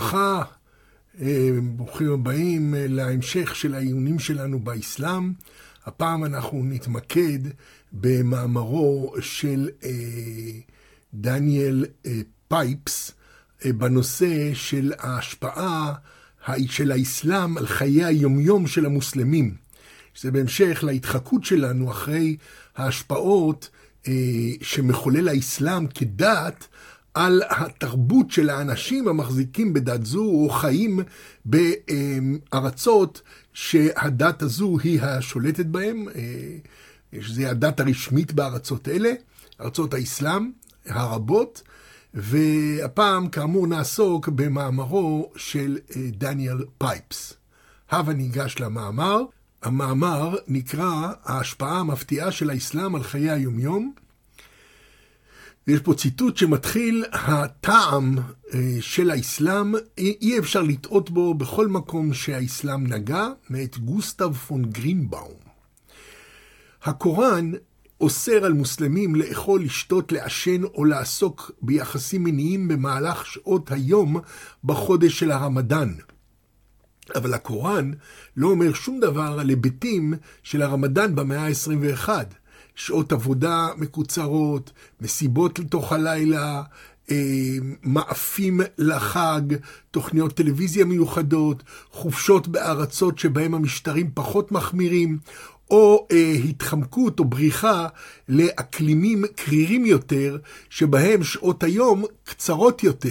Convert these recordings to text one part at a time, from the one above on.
וברכה, ברוכים הבאים להמשך של העיונים שלנו באסלאם. הפעם אנחנו נתמקד במאמרו של דניאל פייפס בנושא של ההשפעה של האסלאם על חיי היומיום של המוסלמים. זה בהמשך להתחקות שלנו אחרי ההשפעות שמחולל האסלאם כדת על התרבות של האנשים המחזיקים בדת זו או חיים בארצות שהדת הזו היא השולטת בהם. שזה הדת הרשמית בארצות אלה, ארצות האסלאם הרבות, והפעם כאמור נעסוק במאמרו של דניאל פייפס. הבה ניגש למאמר. המאמר נקרא ההשפעה המפתיעה של האסלאם על חיי היומיום. יש פה ציטוט שמתחיל: הטעם של האסלאם, אי אפשר לטעות בו בכל מקום שהאסלאם נגע, מאת גוסטב פון גרינבאום. הקוראן אוסר על מוסלמים לאכול, לשתות, לעשן או לעסוק ביחסים מיניים במהלך שעות היום בחודש של הרמדאן. אבל הקוראן לא אומר שום דבר על היבטים של הרמדאן במאה ה-21. שעות עבודה מקוצרות, מסיבות לתוך הלילה, מאפים לחג, תוכניות טלוויזיה מיוחדות, חופשות בארצות שבהם המשטרים פחות מחמירים, או התחמקות או בריחה לאקלימים קרירים יותר, שבהם שעות היום קצרות יותר.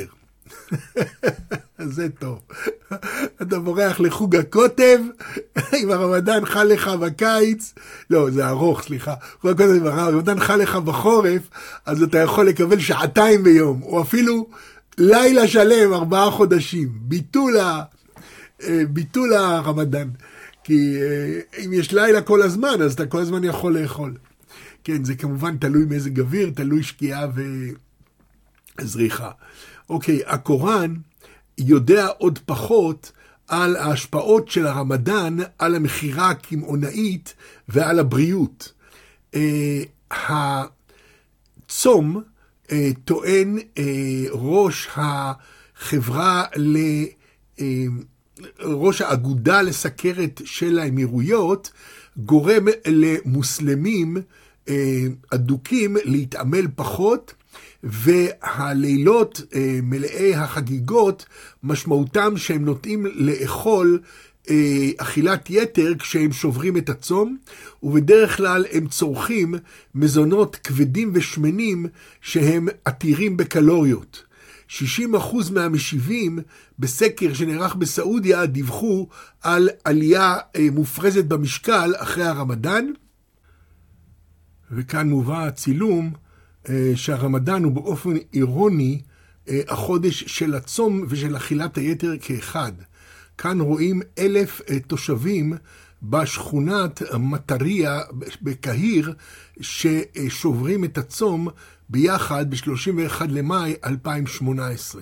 זה טוב. אתה בורח לחוג הקוטב, אם הרמדאן חל לך בקיץ, לא, זה ארוך, סליחה. חוג הקוטב, אם הרמדאן חל לך בחורף, אז אתה יכול לקבל 2 שעתיים ביום, או אפילו לילה שלם, 4 חודשים. ביטול הרמדאן. כי אם יש לילה כל הזמן, אז אתה כל הזמן יכול לאכול. כן, זה כמובן תלוי מזג אוויר, תלוי שקיעה וזריחה. אוקיי, הקוראן יודע עוד פחות על ההשפעות של הרמדאן, על המחירה הקמעונאית ועל הבריאות. הצום טוען ראש החברה ראש האגודה לסכרת של האמירויות, גורם למוסלמים אדוקים להתעמל פחות, והלילות מלאי החגיגות משמעותם שהם נוטים לאכול אכילת יתר כשהם שוברים את הצום, ובדרך כלל הם צורכים מזונות כבדים ושמנים שהם עתירים בקלוריות. 60% מהמשיבים בסקר שנערך בסעודיה דיווחו על עלייה מופרזת במשקל אחרי הרמדאן. וכאן מובא הצילום שהרמדאן הוא באופן אירוני החודש של הצום ושל אכילת היתר כאחד. כאן רואים 1,000 תושבים בשכונת מטריה בקהיר ששוברים את הצום ביחד ב-31 למאי 2018.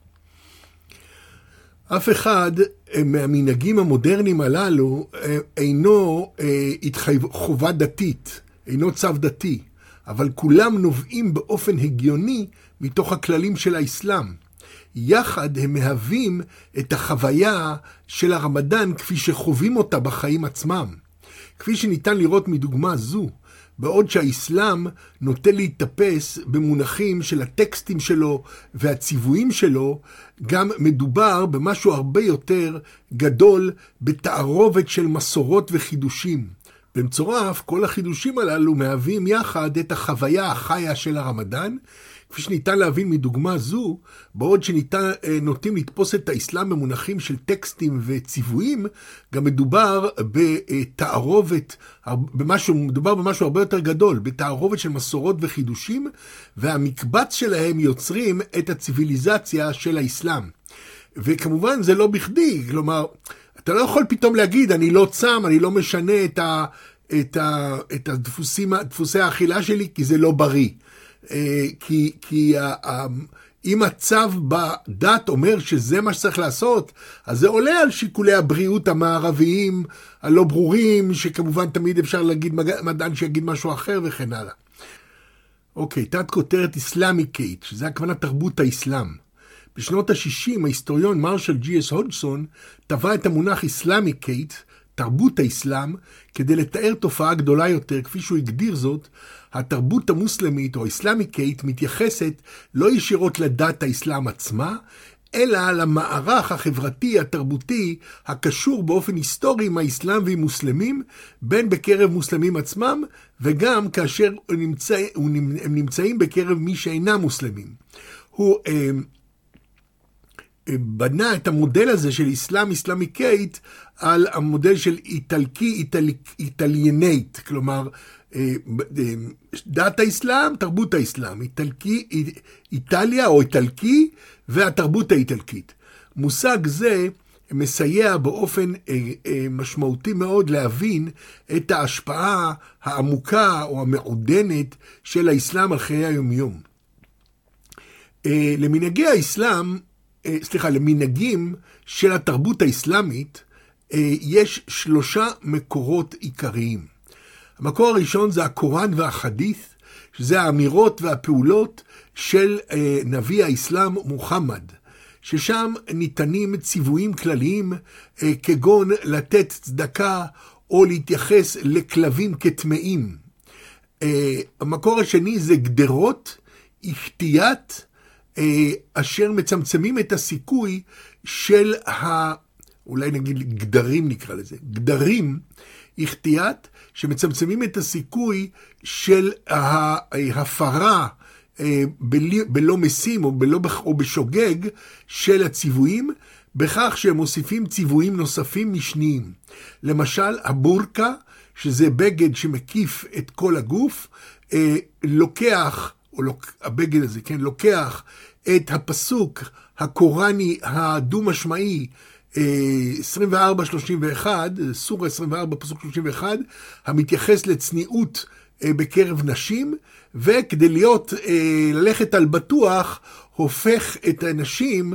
אף אחד מהמנהגים המודרניים הללו אינו חובה דתית, אינו צו דתי, אבל כולם נובעים באופן הגיוני מתוך הכללים של האסלאם. יחד הם מהווים את החוויה של הרמדאן כפי שחווים אותה בחיים עצמם. כפי שניתן לראות מדוגמה זו, בעוד שהאסלאם נוטה להתאפס במונחים של הטקסטים שלו והציוויים שלו, גם מדובר במשהו הרבה יותר גדול בתערובת של מסורות וחידושים. במצורף, כל החידושים הללו מהווים יחד את החוויה החיה של הרמדאן, כפי שניתן להבין מדוגמה זו, בעוד נוטים לתפוס את האסלאם במונחים של טקסטים וציוויים, גם מדובר בתערובת, מדובר במשהו הרבה יותר גדול, בתערובת של מסורות וחידושים, והמקבץ שלהם יוצרים את הציביליזציה של האסלאם. וכמובן זה לא בכדי, כלומר, אתה לא יכול פתאום להגיד, אני לא צם, אני לא משנה את דפוסי האכילה שלי, כי זה לא בריא. כי אם הצו בדת אומר שזה מה שצריך לעשות, אז זה עולה על שיקולי הבריאות המערביים, הלא ברורים, שכמובן תמיד אפשר להגיד מדען שיגיד משהו אחר וכן הלאה. אוקיי, תת כותרת איסלאמיקייט, שזה הכוונה תרבות האסלאם. בשנות ה-60 ההיסטוריון מרשל ג'י.אס הודגסון טבע את המונח איסלאמיקייט, תרבות האסלאם, כדי לתאר תופעה גדולה יותר. כפי שהוא הגדיר זאת, התרבות המוסלמית או האסלאמיקייט מתייחסת לא ישירות לדת האסלאם עצמה, אלא למערך החברתי התרבותי הקשור באופן היסטורי עם האסלאם ועם מוסלמים, בין בקרב מוסלמים עצמם וגם כאשר הם נמצאים בקרב מי שאינם מוסלמים. הוא בנה את המודל הזה של איסלאמיקייט על המודל של איטליינייט, כלומר דת האסלאם, תרבות האסלאם, איטליה או איטלקי והתרבות האיטלקית. מושג זה מסייע באופן משמעותי מאוד להבין את ההשפעה העמוקה או המעודנת של האסלאם על חיי היומיום. למנהגים של התרבות האסלאמית יש 3 מקורות עיקריים. המקור הראשון זה הקוראן והחדית', שזה האמירות והפעולות של נביא האסלאם מוחמד, ששם ניתנים ציוויים כלליים כגון לתת צדקה או להתייחס לכלבים כטמאים. המקור השני זה גדרות, איחתיית, אשר מצמצמים את הסיכוי של אולי נגיד גדרים נקרא לזה, גדרים, איחתיית, שמצמצמים את הסיכוי של ההפרה בלא משים או בשוגג של הציוויים, בכך שהם מוסיפים ציוויים נוספים משניים. למשל, הבורקה, שזה בגד שמקיף את כל הגוף, הבגד הזה, כן, לוקח את הפסוק הקוראני הדו-משמעי 24-31, סורה 24 פסוק 31, המתייחס לצניעות בקרב נשים, וכדי ללכת על בטוח, הופך את הנשים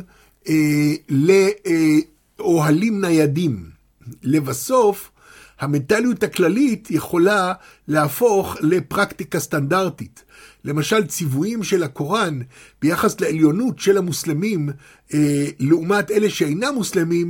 לאוהלים ניידים. לבסוף, המנטליות הכללית יכולה להפוך לפרקטיקה סטנדרטית. למשל, ציוויים של הקוראן ביחס לעליונות של המוסלמים לעומת אלה שאינם מוסלמים,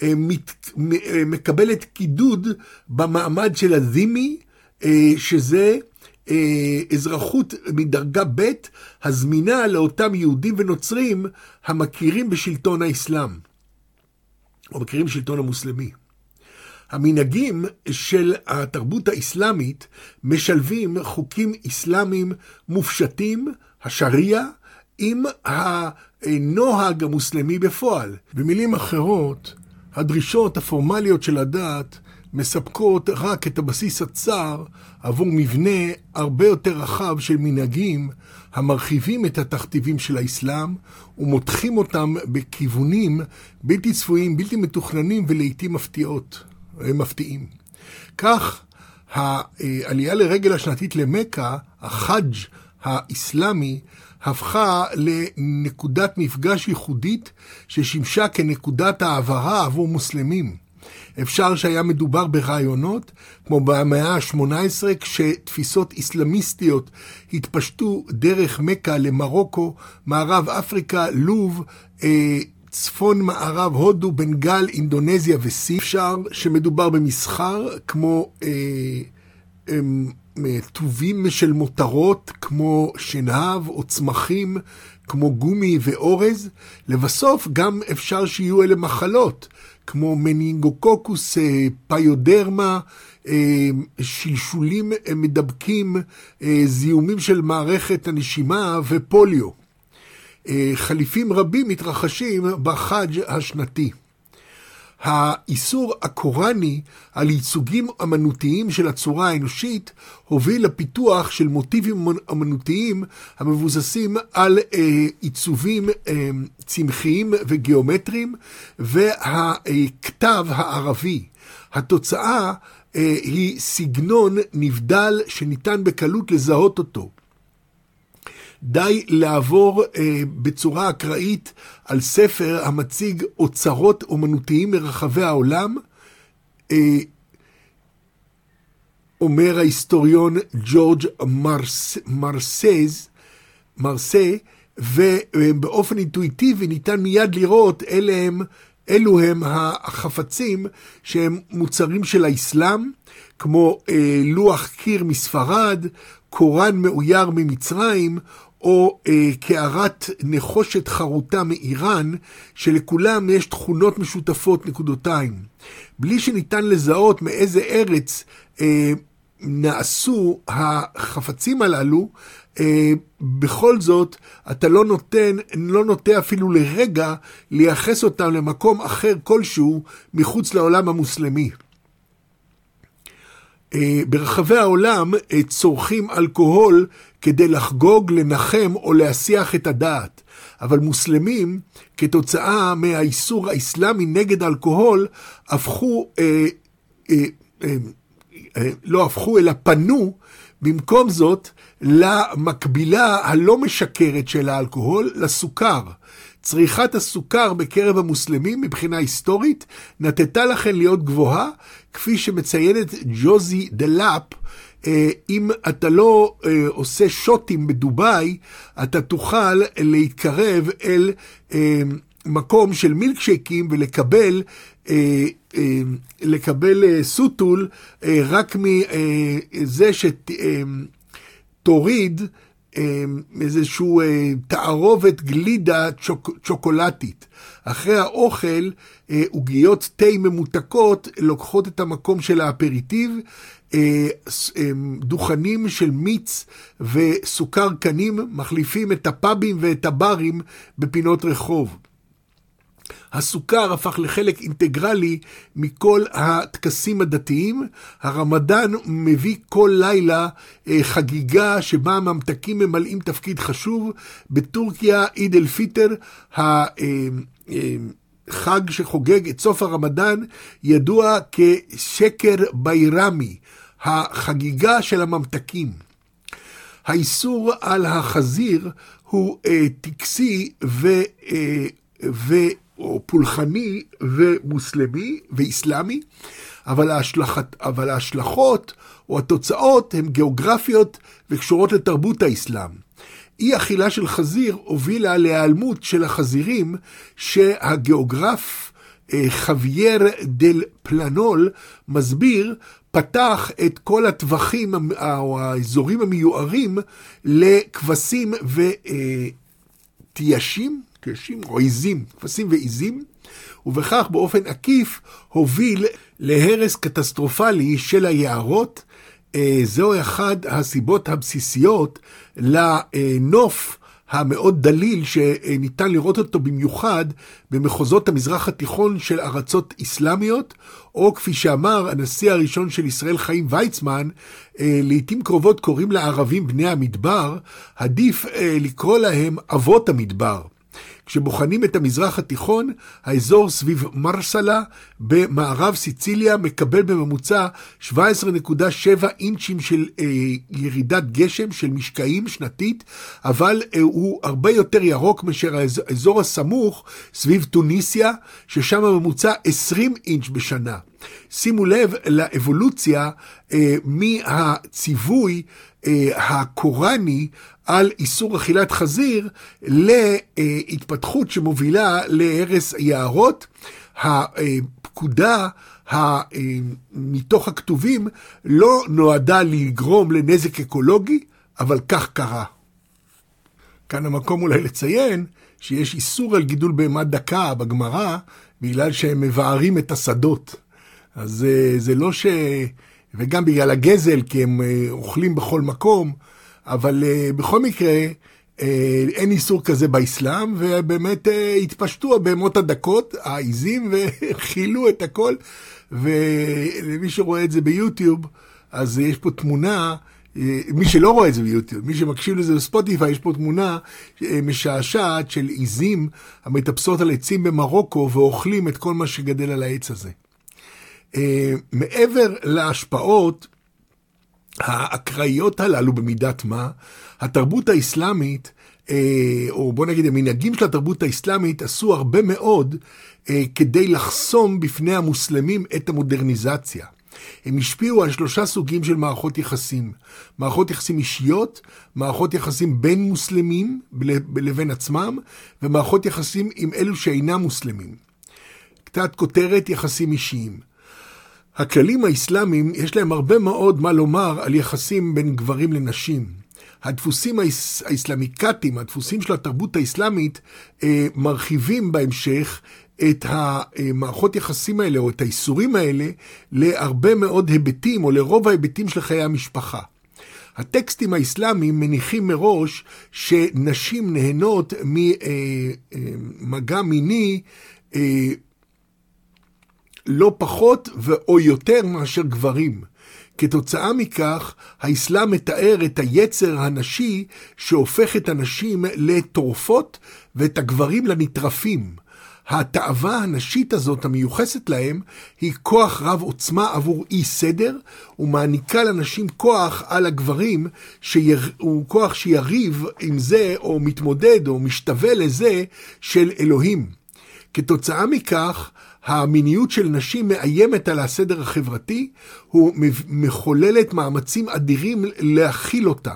מקבלת קידוד במעמד של הזימי, שזה אזרחות מדרגה ב' הזמינה לאותם יהודים ונוצרים המכירים בשלטון האסלאם, או מכירים בשלטון המוסלמי. המנהגים של התרבות האסלאמית משלבים חוקים אסלאמיים מופשטים, השריעה, עם הנוהג המוסלמי בפועל. במילים אחרות, הדרישות הפורמליות של הדת מספקות רק את הבסיס הצר עבור מבנה הרבה יותר רחב של מנהגים המרחיבים את התכתיבים של האסלאם ומותחים אותם בכיוונים בלתי צפויים, בלתי מתוכננים ולעיתים מפתיעים. כך, העלייה לרגל השנתית למכה, החאג' האסלאמי, הפכה לנקודת מפגש ייחודית ששימשה כנקודת העברה עבור מוסלמים. אפשר שהיה מדובר ברעיונות, כמו במאה ה-18, כשתפיסות אסלאמיסטיות התפשטו דרך מכה למרוקו, מערב אפריקה, לוב, צפון מערב הודו, בנגל, אינדונזיה וסין. אפשר שמדובר במסחר, כמו טובים של מותרות, כמו שנהב או צמחים, כמו גומי ואורז. לבסוף גם אפשר שיהיו אלה מחלות, כמו מנינגוקוקוס, פיודרמה, שלשולים מדבקים, זיהומים של מערכת הנשימה ופוליו. חליפים רבים מתרחשים בחאג' השנתי. האיסור הקוראני על ייצוגים אמנותיים של הצורה האנושית הוביל לפיתוח של מוטיבים אמנותיים המבוססים על עיצובים צמחיים וגיאומטריים והכתב הערבי. התוצאה היא סגנון נבדל שניתן בקלות לזהות אותו. די לעבור בצורה אקראית על ספר המציג אוצרות אומנותיים מרחבי העולם, אומר ההיסטוריון ג'ורג' מרסה, ובאופן אינטואיטיבי ניתן מיד לראות אלו הם החפצים שהם מוצרים של האסלאם, כמו לוח קיר מספרד, קוראן מאויר ממצרים, או קערת נחושת חרוטה מאיראן, שלכולם יש תכונות משותפות נקודותיים. בלי שניתן לזהות מאיזה ארץ נעשו החפצים הללו, בכל זאת אתה לא נוטה אפילו לרגע לייחס אותם למקום אחר כלשהו מחוץ לעולם המוסלמי. ברחבי העולם צורכים אלכוהול כדי לחגוג, לנחם או להסיח את הדעת. אבל מוסלמים, כתוצאה מהאיסור האסלאמי נגד אלכוהול, לא הפכו אלא פנו במקום זאת למקבילה הלא משקרת של האלכוהול, לסוכר. צריכת הסוכר בקרב המוסלמים מבחינה היסטורית נטתה לכן להיות גבוהה, כפי שמציינת ג'וזי דלאפ. אם אתה לא עושה שוטים בדוביי, אתה תוכל להתקרב אל מקום של מילקשייקים ולקבל סוטול רק מזה שתוריד איזשהו תערובת גלידה צ'וקולטית. אחרי האוכל, עוגיות תה ממותקות לוקחות את המקום של האפריטיב, דוכנים של מיץ וסוכר קנים מחליפים את הפאבים ואת הברים בפינות רחוב. הסוכר הפך לחלק אינטגרלי מכל הטקסים הדתיים. הרמדאן מביא כל לילה חגיגה שבה הממתקים ממלאים תפקיד חשוב. בטורקיה עיד אל פיטר, חג שחוגג את סוף הרמדאן, ידוע כשקר ביירמי, החגיגה של הממתקים. האיסור על החזיר הוא טקסי או פולחני ומוסלמי ואסלאמי, אבל ההשלכות או התוצאות הן גיאוגרפיות וקשורות לתרבות האסלאם. אי אכילה של חזיר הובילה להיעלמות של החזירים, שהגיאוגרף חווייר דל פלנול מסביר, פתח את כל הטווחים או האזורים המיוערים לכבשים ותיישים, או עיזים, כבשים ועיזים, ובכך באופן עקיף הוביל להרס קטסטרופלי של היערות. זו אחד הסיבות הבסיסיות לנוף המאוד דליל שניתן לראות אותו במיוחד במחוזות המזרח התיכון של ארצות אסלאמיות, או כפי שאמר הנשיא הראשון של ישראל חיים ויצמן, לעתים קרובות קוראים לערבים בני המדבר, עדיף לקרוא להם אבות המדבר. כשבוחנים את המזרח התיכון, האזור סביב מרסלה במערב סיציליה מקבל בממוצע 17.7 אינצ'ים של ירידת גשם של משקעים שנתית, אבל הוא הרבה יותר ירוק מאשר האזור הסמוך סביב טוניסיה, ששם הממוצע 20 אינץ' בשנה. שימו לב לאבולוציה מהציווי הקוראני על איסור אכילת חזיר להתפתחות שמובילה להרס יערות. הפקודה מתוך הכתובים לא נועדה לגרום לנזק אקולוגי, אבל כך קרה. כאן המקום אולי לציין שיש איסור על גידול בהמה דקה בגמרא, בגלל שהם מבארים את השדות. אז זה לא וגם בגלל הגזל, כי הם אוכלים בכל מקום, אבל בכל מקרה אין איסור כזה באסלאם, ובאמת התפשטו הבהמות הדקות, העיזים, וחילו את הכל, ולמי שרואה את זה ביוטיוב, אז יש פה תמונה, מי שלא רואה את זה ביוטיוב, מי שמקשיב לזה בספוטיפיי, יש פה תמונה משעשעת של עיזים המטפסות על עצים במרוקו, ואוכלים את כל מה שגדל על העץ הזה. מעבר להשפעות האקראיות הללו במידת מה, התרבות האסלאמית, או בוא נגיד המנהגים של התרבות האסלאמית, עשו הרבה מאוד כדי לחסום בפני המוסלמים את המודרניזציה. הם השפיעו על 3 סוגים של מערכות יחסים. מערכות יחסים אישיות, מערכות יחסים בין מוסלמים לבין עצמם, ומערכות יחסים עם אלו שאינם מוסלמים. קצת כותרת יחסים אישיים. הכללים האסלאמיים יש להם הרבה מאוד מה לומר על יחסים בין גברים לנשים. הדפוסים האסלאמיקטיים, הדפוסים של התרבות האסלאמית, מרחיבים בהמשך את המערכות יחסים האלה או את האיסורים האלה להרבה מאוד היבטים או לרוב ההיבטים של חיי המשפחה. הטקסטים האסלאמיים מניחים מראש שנשים נהנות ממגע מיני לא פחות או יותר מאשר גברים. כתוצאה מכך, האסלאם מתאר את היצר הנשי שהופך את הנשים לטורפות ואת הגברים לנטרפים. התאווה הנשית הזאת המיוחסת להם היא כוח רב עוצמה עבור אי סדר, ומעניקה לנשים כוח על הגברים שהוא כוח שיריב עם זה או מתמודד או משתווה לזה של אלוהים. כתוצאה מכך, המיניות של נשים מאיימת על הסדר החברתי, הוא מחוללת מאמצים אדירים להכיל אותה.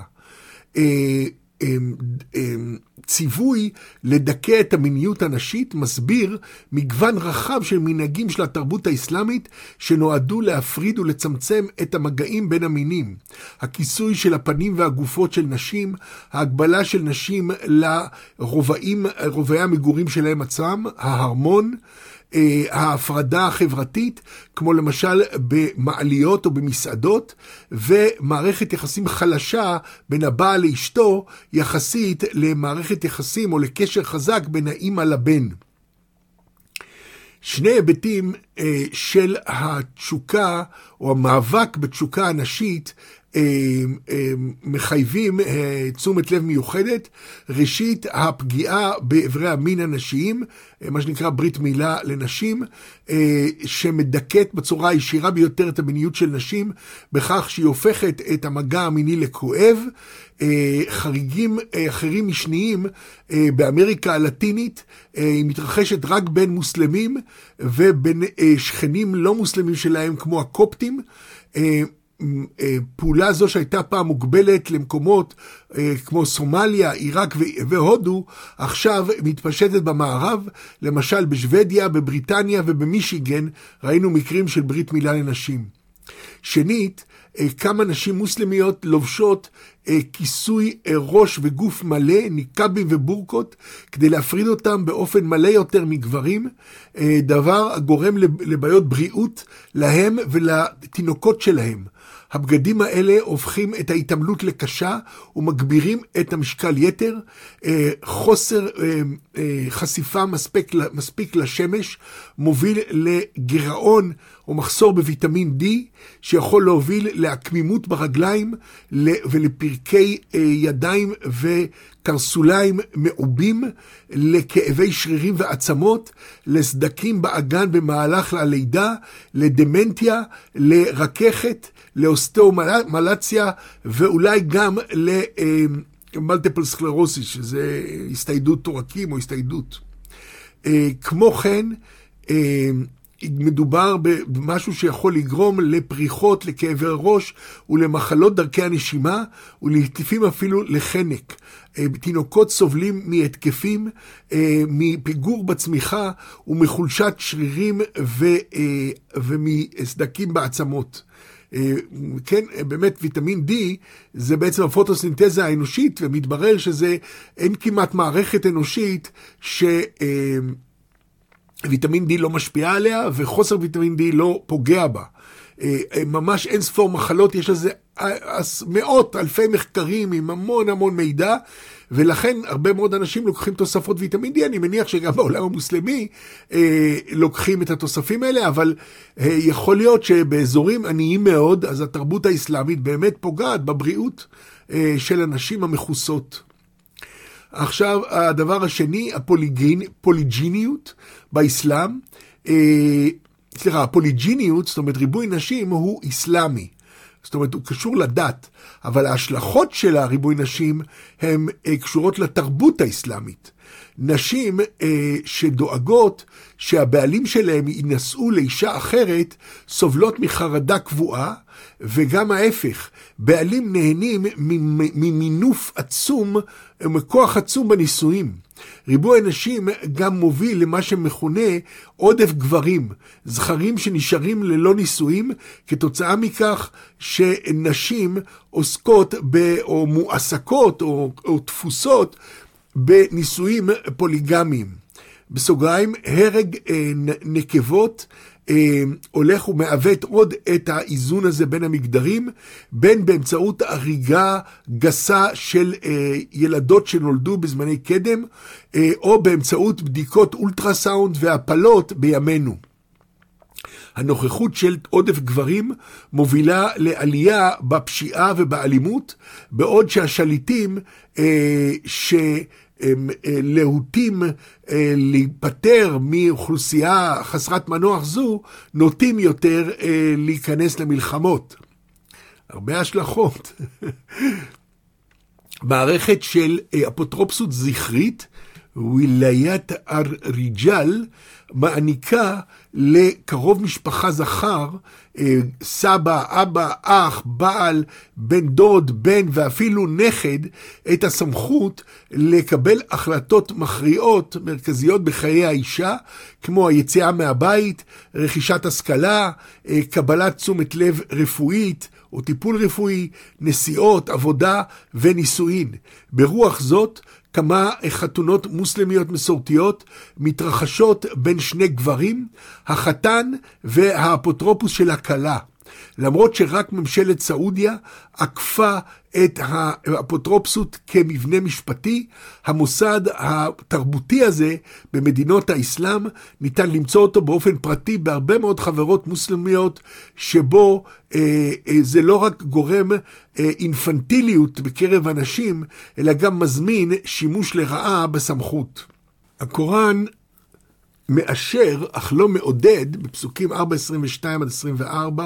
ציווי לדכא את המיניות הנשית מסביר מגוון רחב של מנהגים של התרבות האסלאמית שנועדו להפריד ולצמצם את המגעים בין המינים. הכיסוי של הפנים והגופות של נשים, ההגבלה של נשים לרובעי המגורים שלהם עצמם, ההרמון, ההפרדה החברתית, כמו למשל במעליות או במסעדות, ומערכת יחסים חלשה בין הבעל לאשתו, יחסית למערכת יחסים או לקשר חזק בין האמא לבן. שני היבטים של התשוקה או המאבק בתשוקה הנשית מחייבים תשומת לב מיוחדת. ראשית, הפגיעה באיברי המין הנשיים, מה שנקרא ברית מילה לנשים, שמדכאת בצורה הישירה ביותר את המיניות של נשים, בכך שהיא הופכת את המגע המיני לכואב. חריגים אחרים משניים באמריקה הלטינית, היא מתרחשת רק בין מוסלמים ובין שכנים לא מוסלמים שלהם כמו הקופטים. פעולה זו שהייתה פעם מוגבלת למקומות כמו סומליה, עיראק והודו, עכשיו מתפשטת במערב. למשל בשוודיה, בבריטניה ובמישיגן ראינו מקרים של ברית מילה לנשים. שנית, כמה נשים מוסלמיות לובשות כיסוי ראש וגוף מלא, ניקאבים ובורקות, כדי להפריד אותם באופן מלא יותר מגברים, דבר הגורם לבעיות בריאות להם ולתינוקות שלהם. הבגדים האלה הופכים את ההתעמלות לקשה ומגבירים את המשקל יתר. חוסר חשיפה מספיק לשמש מוביל לגירעון או מחסור בוויטמין D, שיכול להוביל לעקמימות ברגליים ולפרקי ידיים וקרסוליים מעובים, לכאבי שרירים ועצמות, לסדקים באגן במהלך הלידה, לדמנטיה, לרככת, לאוסטאומלציה, ואולי גם למולטיפל סקלרוסיס, שזה הסתיידות עורקים או הסתיידות. כמו כן, מדובר במשהו שיכול לגרום לפריחות, לכאבי ראש ולמחלות דרכי הנשימה, ולעיתים אפילו לחנק. תינוקות סובלים מהתקפים, מפיגור בצמיחה ומחולשת שרירים ומסדקים בעצמות. כן, באמת ויטמין D זה בעצם הפוטוסינתזה האנושית, ומתברר שזה אין כמעט מערכת אנושית ויטמין D לא משפיע עליה, וחוסר ויטמין D לא פוגע בה. ממש אין ספור מחלות, יש לזה מאות אלפי מחקרים עם המון מידע, ולכן הרבה מאוד אנשים לוקחים תוספות ויטמין D. אני מניח שגם בעולם המוסלמי לוקחים את התוספים האלה, אבל יכול להיות שבאזורים עניים מאוד, אז התרבות האסלאמית באמת פוגעת בבריאות של הנשים המחוסות. עכשיו, הדבר השני, הפוליג'יניות באסלאם. הפוליג'יניות, זאת אומרת ריבוי נשים, הוא אסלאמי. זאת אומרת, הוא קשור לדת, אבל ההשלכות של הריבוי נשים הן קשורות לתרבות האסלאמית. נשים שדואגות שהבעלים שלהם ינשאו לאישה אחרת סובלות מחרדה קבועה, וגם ההפך, בעלים נהנים ממינוף עצום, מכוח עצום בנישואים. ריבוי הנשים גם מוביל למה שמכונה עודף גברים, זכרים שנשארים ללא נישואים, כתוצאה מכך שנשים עוסקות או מועסקות או תפוסות בנישואים פוליגמיים. בסוגריים, הרג נקבות הולך ומעוות עוד את האיזון הזה בין המגדרים, בין באמצעות הריגה גסה של ילדות שנולדו בזמני קדם, או באמצעות בדיקות אולטרסאונד והפלות בימינו. הנוכחות של עודף גברים מובילה לעלייה בפשיעה ובאלימות, בעוד שהשליטים להוטים להיפטר מאוכלוסייה חסרת מנוח זו, נוטים יותר להיכנס למלחמות. הרבה השלכות. מערכת של אפוטרופסות זכרית, ויליית הריג'ל, מעניקה לקרוב משפחה זכר, סבא, אבא, אח, בעל, בן דוד, בן ואפילו נכד, את הסמכות לקבל החלטות מכריעות מרכזיות בחיי האישה, כמו היציאה מהבית, רכישת השכלה, קבלת תשומת לב רפואית או טיפול רפואי, נסיעות, עבודה ונישואין. ברוח זאת, כמה חתונות מוסלמיות מסורתיות מתרחשות בין שני גברים, החתן והאפוטרופוס של הכלה. למרות שרק ממשלת סעודיה עקפה את האפוטרופסות כמבנה משפטי, המוסד התרבותי הזה במדינות האסלאם ניתן למצוא אותו באופן פרטי בהרבה מאוד חברות מוסלמיות, שבו זה לא רק גורם אינפנטיליות בקרב אנשים, אלא גם מזמין שימוש לרעה בסמכות. הקוראן מאשר, אך לא מעודד, בפסוקים 4:22-24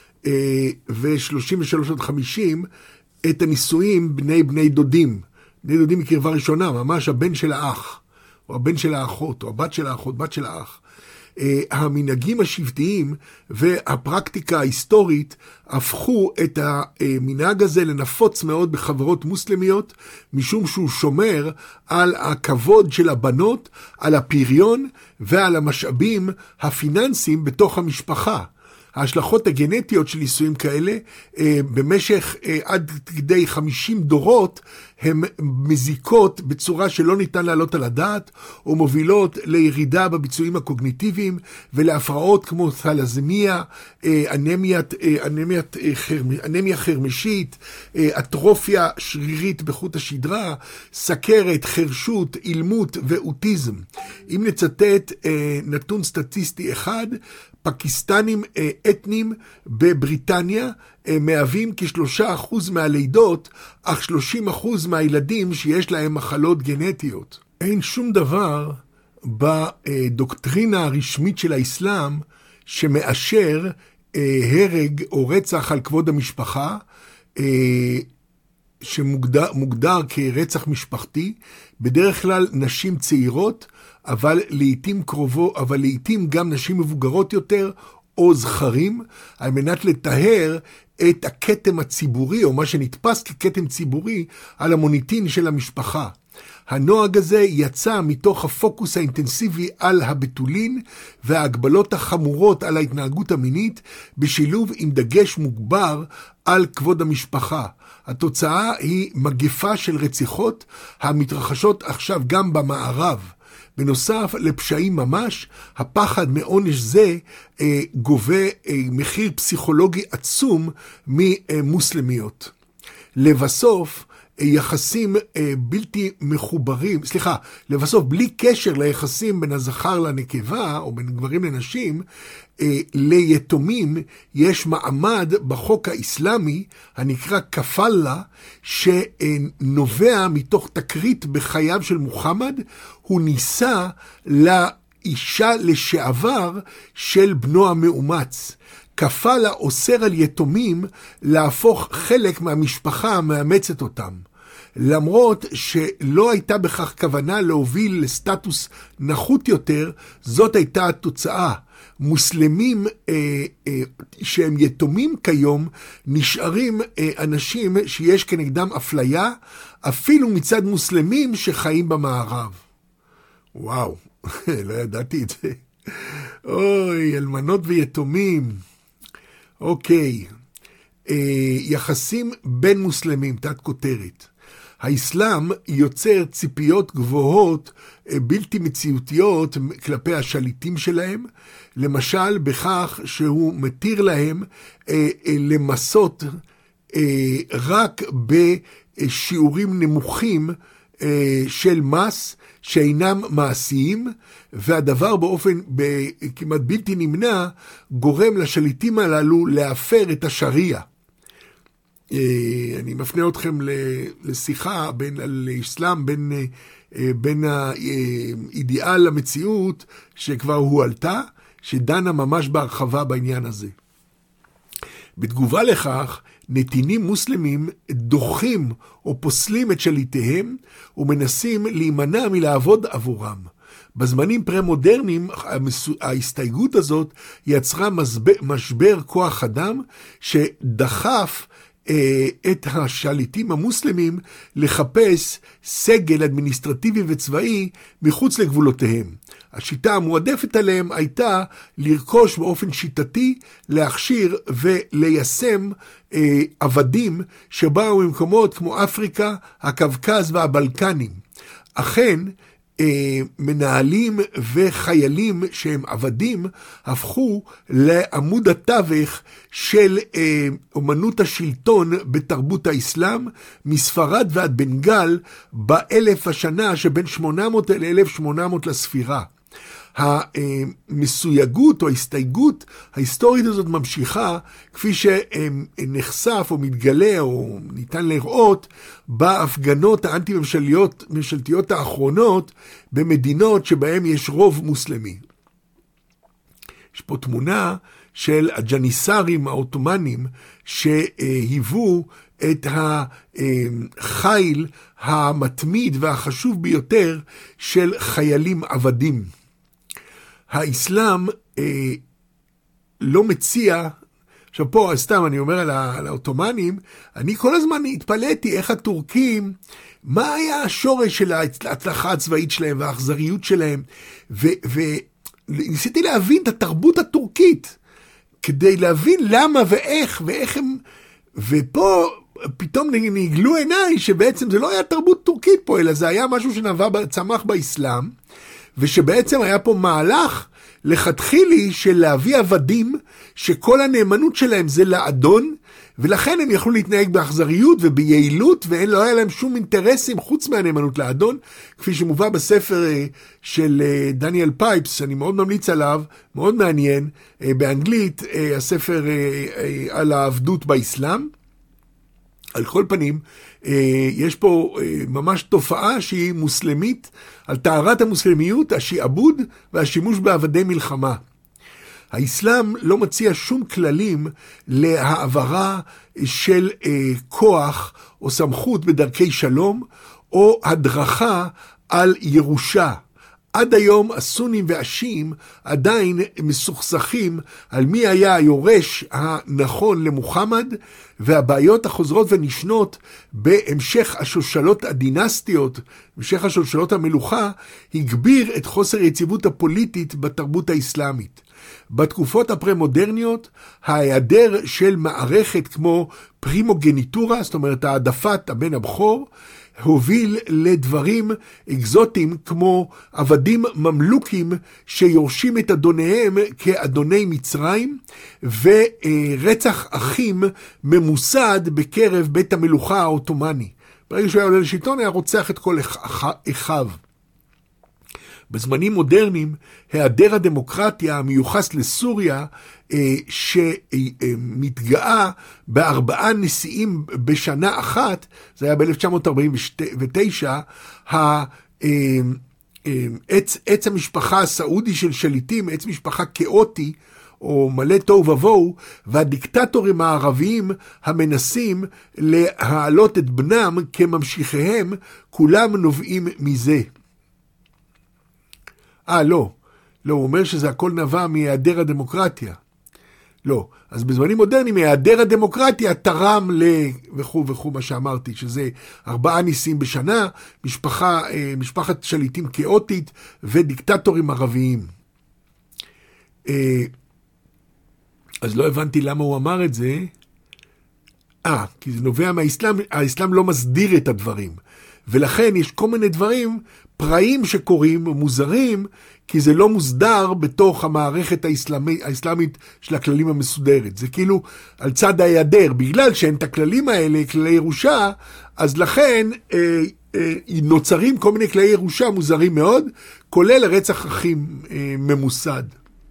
ו-33-50, את הנישואים בני דודים. בני דודים מקרבה ראשונה, ממש הבן של האח, או הבן של האחות, או הבת של האחות, בת של האח. המנהגים השבטיים והפרקטיקה ההיסטורית הפכו את המנהג הזה לנפוץ מאוד בחברות מוסלמיות, משום שהוא שומר על הכבוד של הבנות, על הפריון ועל המשאבים הפיננסיים בתוך המשפחה. ההשלכות הגנטיות של נישואים כאלה במשך עד כדי 50 דורות הן מזיקות בצורה שלא ניתן לעלות על הדעת, או מובילות לירידה בביצועים הקוגניטיביים ולהפרעות כמו תלזמיה, אנמיה חרמשית, אטרופיה שרירית בחוט השדרה, סכרת, חרשות, אילמות ואוטיזם. אם נצטט נתון סטטיסטי אחד, פקיסטנים אתנים בבריטניה מהווים כ3% מהלידות, אך 30% מהילדים שיש להם מחלות גנטיות. אין שום דבר בדוקטרינה הרשמית של האסלאם שמאשר הרג או רצח על כבוד המשפחה, שמוגדר כרצח משפחתי, בדרך כלל נשים צעירות, אבל לעתים גם נשים מבוגרות יותר או זכרים, על מנת לטהר את הכתם הציבורי, או מה שנתפס ככתם ציבורי, על המוניטין של המשפחה. הנוהג הזה יצא מתוך הפוקוס האינטנסיבי על הבתולין וההגבלות החמורות על ההתנהגות המינית, בשילוב עם דגש מוגבר על כבוד המשפחה. התוצאה היא מגפה של רציחות המתרחשות עכשיו גם במערב. בנוסף לפשעים ממש, הפחד מעונש זה גובה מחיר פסיכולוגי עצום ממוסלמיות. לבסוף, יחסים בלתי מחוברים, לבסוף, בלי קשר ליחסים בין הזכר לנקבה, או בין גברים לנשים, ליתומים יש מעמד בחוק האסלאמי, הנקרא כפאלה, שנובע מתוך תקרית בחייו של מוחמד. הוא ניסה לאישה לשעבר של בנו המאומץ. כפאלה אוסר על יתומים להפוך חלק מהמשפחה המאמצת אותם. למרות שלא הייתה בכך כוונה להוביל לסטטוס נחות יותר, זאת הייתה התוצאה. מוסלמים שהם יתומים כיום נשארים אנשים שיש כנגדם אפליה, אפילו מצד מוסלמים שחיים במערב. וואו, לא ידעתי את זה. אוי, אלמנות ויתומים. אוקיי. יחסים בין מוסלמים, תת כותרת. האסלאם יוצר ציפיות גבוהות בלתי מציאותיות כלפי השליטים שלהם, למשל בכך שהוא מתיר להם למסות רק בשיעורים נמוכים של מס שאינם מעשיים, והדבר באופן כמעט בלתי נמנע גורם לשליטים הללו להפר את השריעה. אני מפנה אתכם לשיחה על אסלאם בין האידיאל למציאות שכבר הועלתה, שדנה ממש בהרחבה בעניין הזה. בתגובה לכך, נתינים מוסלמים דוחים או פוסלים את שליטיהם ומנסים להימנע מלעבוד עבורם. בזמנים פרה-מודרניים ההסתייגות הזאת יצרה משבר כוח אדם שדחף את השליטים המוסלמים לחפש סגל אדמיניסטרטיבי וצבאי מחוץ לגבולותיהם. השיטה המועדפת עליהם הייתה לרכוש באופן שיטתי, להכשיר וליישם עבדים שבאו ממקומות כמו אפריקה, הקווקז והבלקנים. אכן, מנהלים וחיילים שהם עבדים הפכו לעמוד התווך של אומנות השלטון בתרבות האסלאם, מספרד ועד בנגל באלף השנה שבין 800 ל-1800 לספירה. המסויגות או ההסתייגות ההיסטורית הזאת ממשיכה כפי שנחשף או מתגלה או ניתן לראות בהפגנות האנטי-ממשלתיות האחרונות במדינות שבהן יש רוב מוסלמי. יש פה תמונה של הג'ניסרים העות'מאנים שהיוו את החיל המתמיד והחשוב ביותר של חיילים עבדים. האסלאם לא מציע, עכשיו פה סתם אני אומר על האוטומנים, אני כל הזמן התפלאתי איך הטורקים, מה היה השורש של ההצלחה הצבאית שלהם והאכזריות שלהם, וניסיתי להבין את התרבות הטורקית, כדי להבין למה ואיך הם, ופה פתאום נגלו עיניי שבעצם זה לא היה תרבות טורקית פה, אלא זה היה משהו צמח באסלאם, ושבעצם היה פה מהלך לכתחילי של להביא עבדים שכל הנאמנות שלהם זה לאדון, ולכן הם יכלו להתנהג באכזריות וביעילות, ולא היה להם שום אינטרסים חוץ מהנאמנות לאדון, כפי שמובא בספר של דניאל פייפס, שאני מאוד ממליץ עליו, מאוד מעניין, באנגלית, הספר על העבדות באסלאם. על כל פנים, יש פה ממש תופעה שהיא מוסלמית, על טהרת המוסלמיות, השעבוד והשימוש בעבדי מלחמה. האסלאם לא מציע שום כללים להעברה של כוח או סמכות בדרכי שלום, או הדרכה על ירושה. עד היום הסונים והשיעים עדיין מסוכסכים על מי היה היורש הנכון למוחמד, והבעיות החוזרות ונשנות בהמשך השושלות הדינסטיות, המשך השושלות המלוכה, הגביר את חוסר היציבות הפוליטית בתרבות האסלאמית. בתקופות הפרה-מודרניות, ההיעדר של מערכת כמו פרימוגניטורה, זאת אומרת העדפת הבן הבכור, הוביל לדברים אקזוטיים כמו עבדים ממלוכים שיורשים את אדוניהם כאדוני מצרים, ורצח אחים ממוסד בקרב בית המלוכה העות'מאני. ברגע שהוא היה עולה לשלטון היה רוצח את כל אחיו. בזמנים מודרניים, היעדר הדמוקרטיה המיוחס לסוריה, שמתגאה ב4 נשיאים בשנה אחת, זה היה ב-1949, עץ המשפחה הסעודי של שליטים, עץ משפחה כאוטי, או מלא תוהו ובוהו, והדיקטטורים הערביים המנסים להעלות את בנם כממשיכיהם, כולם נובעים מזה. לא, הוא אומר שזה הכל נבע מהיעדר הדמוקרטיה. לא, אז בזמנים מודרניים מהיעדר הדמוקרטיה תרם וכו' מה שאמרתי, שזה 4 ניסים בשנה, משפחת שליטים כאוטית ודיקטטורים ערביים. אז לא הבנתי למה הוא אמר את זה. כי זה נובע מהאסלאם, האסלאם לא מסדיר את הדברים. ולכן יש כל מיני דברים, פראים שקורים, מוזרים, כי זה לא מוסדר בתוך המערכת האסלאמית של הכללים המסודרת. זה כאילו על צד היעדר, בגלל שאין את הכללים האלה, כללי ירושה, אז לכן נוצרים כל מיני כללי ירושה מוזרים מאוד, כולל רצח אחים ממוסד.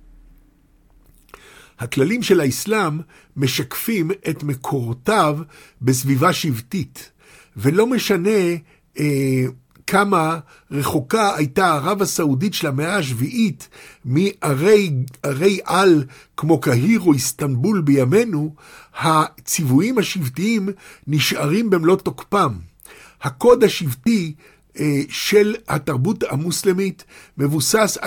הכללים של האסלאם משקפים את מקורותיו בסביבה שבטית, ולא משנה כמה רחוקה הייתה ערב הסעודית של המאה השביעית מערי על כמו קהיר או איסטנבול בימינו, הציוויים השבטיים נשארים במלוא תוקפם. הקוד השבטי של התרבות המוסלמית מבוסס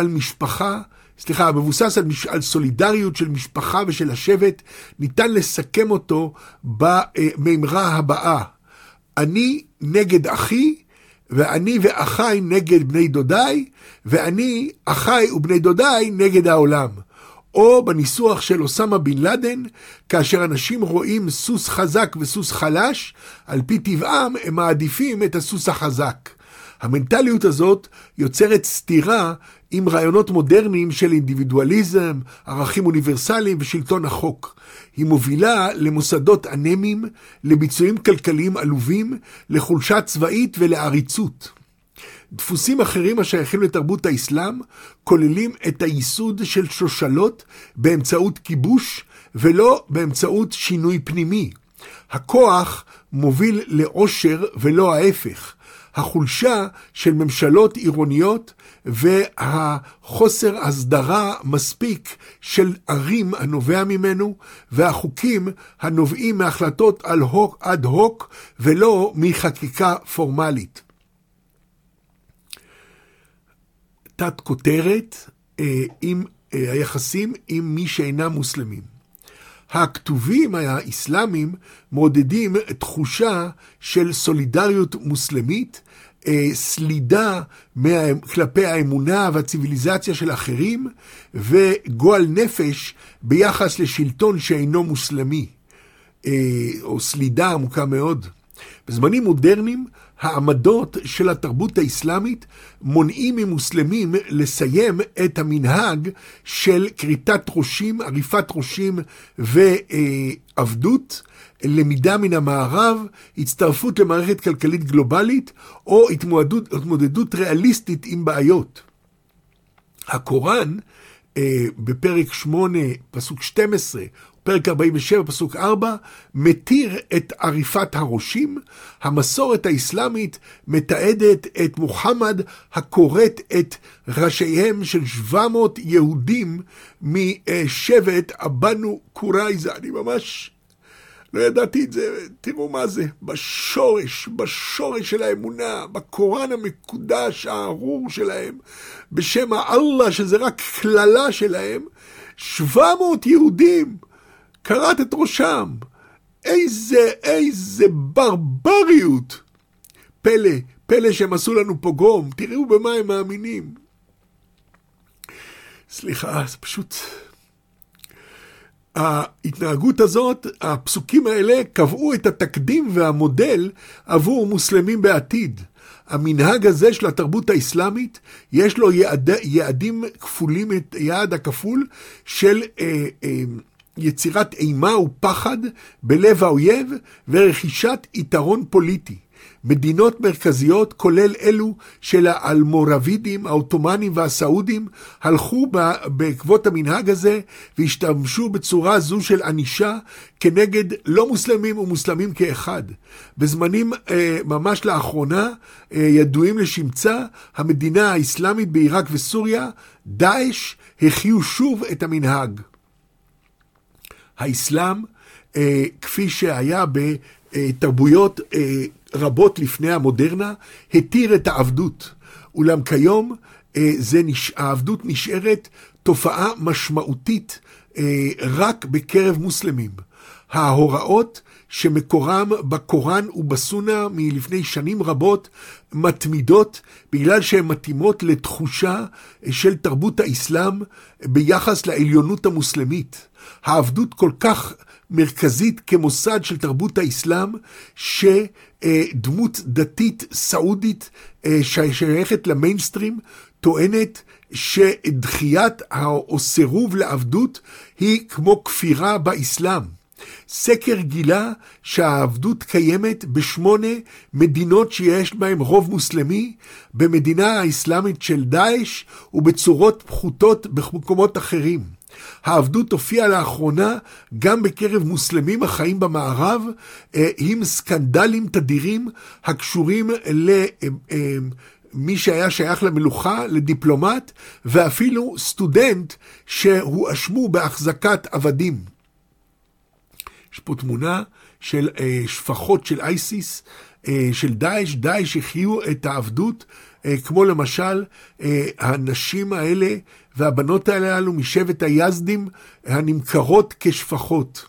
על סולידריות של משפחה ושל השבט. ניתן לסכם אותו במימרה הבאה: אני נגד אחי, ואני ואחיי נגד בני דודיי, ואני, אחיי ובני דודיי נגד העולם. או בניסוח של אוסמה בן לאדן, כאשר אנשים רואים סוס חזק וסוס חלש, על פי טבעם הם מעדיפים את הסוס החזק. המנטליות הזאת יוצרת סתירה עם רעיונות מודרניים של אינדיבידואליזם, ערכים אוניברסליים ושלטון החוק. היא מובילה למוסדות אנמיים, לביצועים כלכליים עלובים, לחולשה צבאית ולעריצות. דפוסים אחרים השייכים לתרבות האסלאם כוללים את הייסוד של שושלות באמצעות כיבוש ולא באמצעות שינוי פנימי. הכוח מוביל לעושר ולא ההפך. החולשה של ממשלות עירוניות והחוסר הסדרה מספיק של ערים הנובע ממנו, והחוקים הנובעים מהחלטות אד הוק ולא מחקיקה פורמלית. תת כותרת עם היחסים עם מי שאינם מוסלמים. הכתובים האסלאמיים מעודדים תחושה של סולידריות מוסלמית, סלידה כלפי האמונה והציביליזציה של אחרים, וגועל נפש ביחס לשלטון שאינו מוסלמי, או סלידה עמוקה מאוד. בזמנים מודרניים, העמדות של התרבות האסלאמית מונעים ממוסלמים לסיים את המנהג של כריתת ראשים, עריפת ראשים ועבדות, למידה מן המערב, הצטרפות למערכת כלכלית גלובלית, או התמודדות ריאליסטית עם בעיות. הקוראן, בפרק 8, פסוק 12, פרק 47, פסוק 4, מתיר את עריפת הראשים. המסורת האסלאמית מתעדת את מוחמד הכורת את ראשיהם של 700 יהודים משבט הבנו קורייזה. אני ממש לא ידעתי את זה. תראו מה זה, בשורש של האמונה, בקוראן המקודש הארור שלהם, בשם האללה, שזה רק כללה שלהם, 700 יהודים קראת את ראשם. איזה ברבריות. פלא שהם עשו לנו פוגרום. תראו במה הם מאמינים. סליחה, זה פשוט... ההתנהגות הזאת, הפסוקים האלה קבעו את התקדים והמודל עבור מוסלמים בעתיד. המנהג הזה של התרבות האסלאמית, יש לו יעדים כפולים, יעד הכפול של יצירת אימה ופחד בלב האויב ורכישת יתרון פוליטי. מדינות מרכזיות, כולל אלו של האלמורבידים, האוטומנים והסעודים, הלכו בעקבות המנהג הזה והשתמשו בצורה זו של ענישה כנגד לא מוסלמים ומוסלמים כאחד. בזמנים ממש לאחרונה, ידועים לשמצה, המדינה האסלאמית בעיראק וסוריה, דאעש, החיו שוב את המנהג. האסלאם, כפי שהיה בתרבויות רבות לפני המודרנה, התיר את העבדות. אולם כיום העבדות נשארת תופעה משמעותית רק בקרב מוסלמים. ההוראות שמקורם בקוראן ובסונה מלפני שנים רבות מתמידות בגלל שהן מתאימות לתחושה של תרבות האסלאם ביחס לעליונות המוסלמית. העבדות כל כך מרכזית כמוסד של תרבות האסלאם, שדמות דתית סעודית ששייכת למיינסטרים טוענת שדחיית או סירוב לעבדות היא כמו כפירה באסלאם. סקר גילה שהעבדות קיימת ב8 מדינות שיש בהן רוב מוסלמי, במדינה האסלאמית של דאעש ובצורות פחותות במקומות אחרים. העבדות הופיעה לאחרונה גם בקרב מוסלמים החיים במערב, עם סקנדלים תדירים הקשורים מי שהיה שייך למלוכה, לדיפלומט, ואפילו סטודנט שהואשמו בהחזקת עבדים. יש פה תמונה של שפחות של אייסיס, של דאעש. דאעש החיו את העבדות, כמו למשל הנשים האלה והבנות האלו משבט היזדים הנמכרות כשפחות.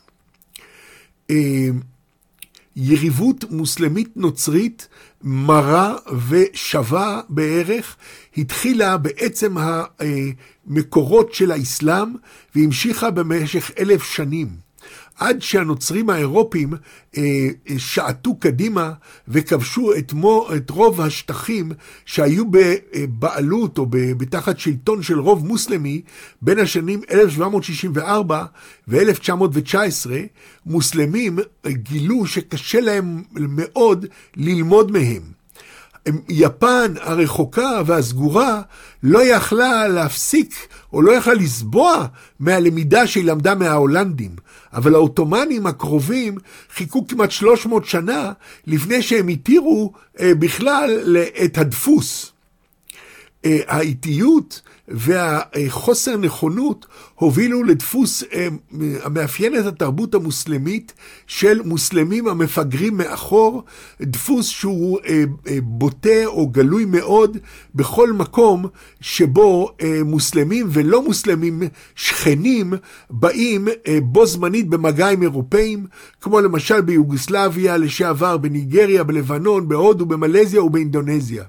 יריבות מוסלמית נוצרית מרה ושווה בערך התחילה בעצם המקורות של האסלאם והמשיכה במשך 1000 שנים. עד שהנוצרים האירופים שעטו קדימה וכבשו את רוב השטחים שהיו בבעלות או בתחת שלטון של רוב מוסלמי בין השנים 1764 ו-1919, מוסלמים גילו שקשה להם מאוד ללמוד מהם. יפן הרחוקה והסגורה לא יכלה להפסיק או לא יכלה לסבוע מהלמידה שהיא למדה מההולנדים, אבל האוטומנים הקרובים חיכו כמעט 300 שנה לפני שהם התירו בכלל את הדפוס. האיטיות והחוסר נכונות הובילו לדפוס המאפיין את התרבות המוסלמית של מוסלמים המפגרים מאחור, דפוס שהוא בוטה או גלוי מאוד בכל מקום שבו מוסלמים ולא מוסלמים שכנים באים בו זמנית במגע עם אירופאים, כמו למשל ביוגוסלביה לשעבר, בניגריה, בלבנון, בהודו, במלזיה ובאינדונזיה.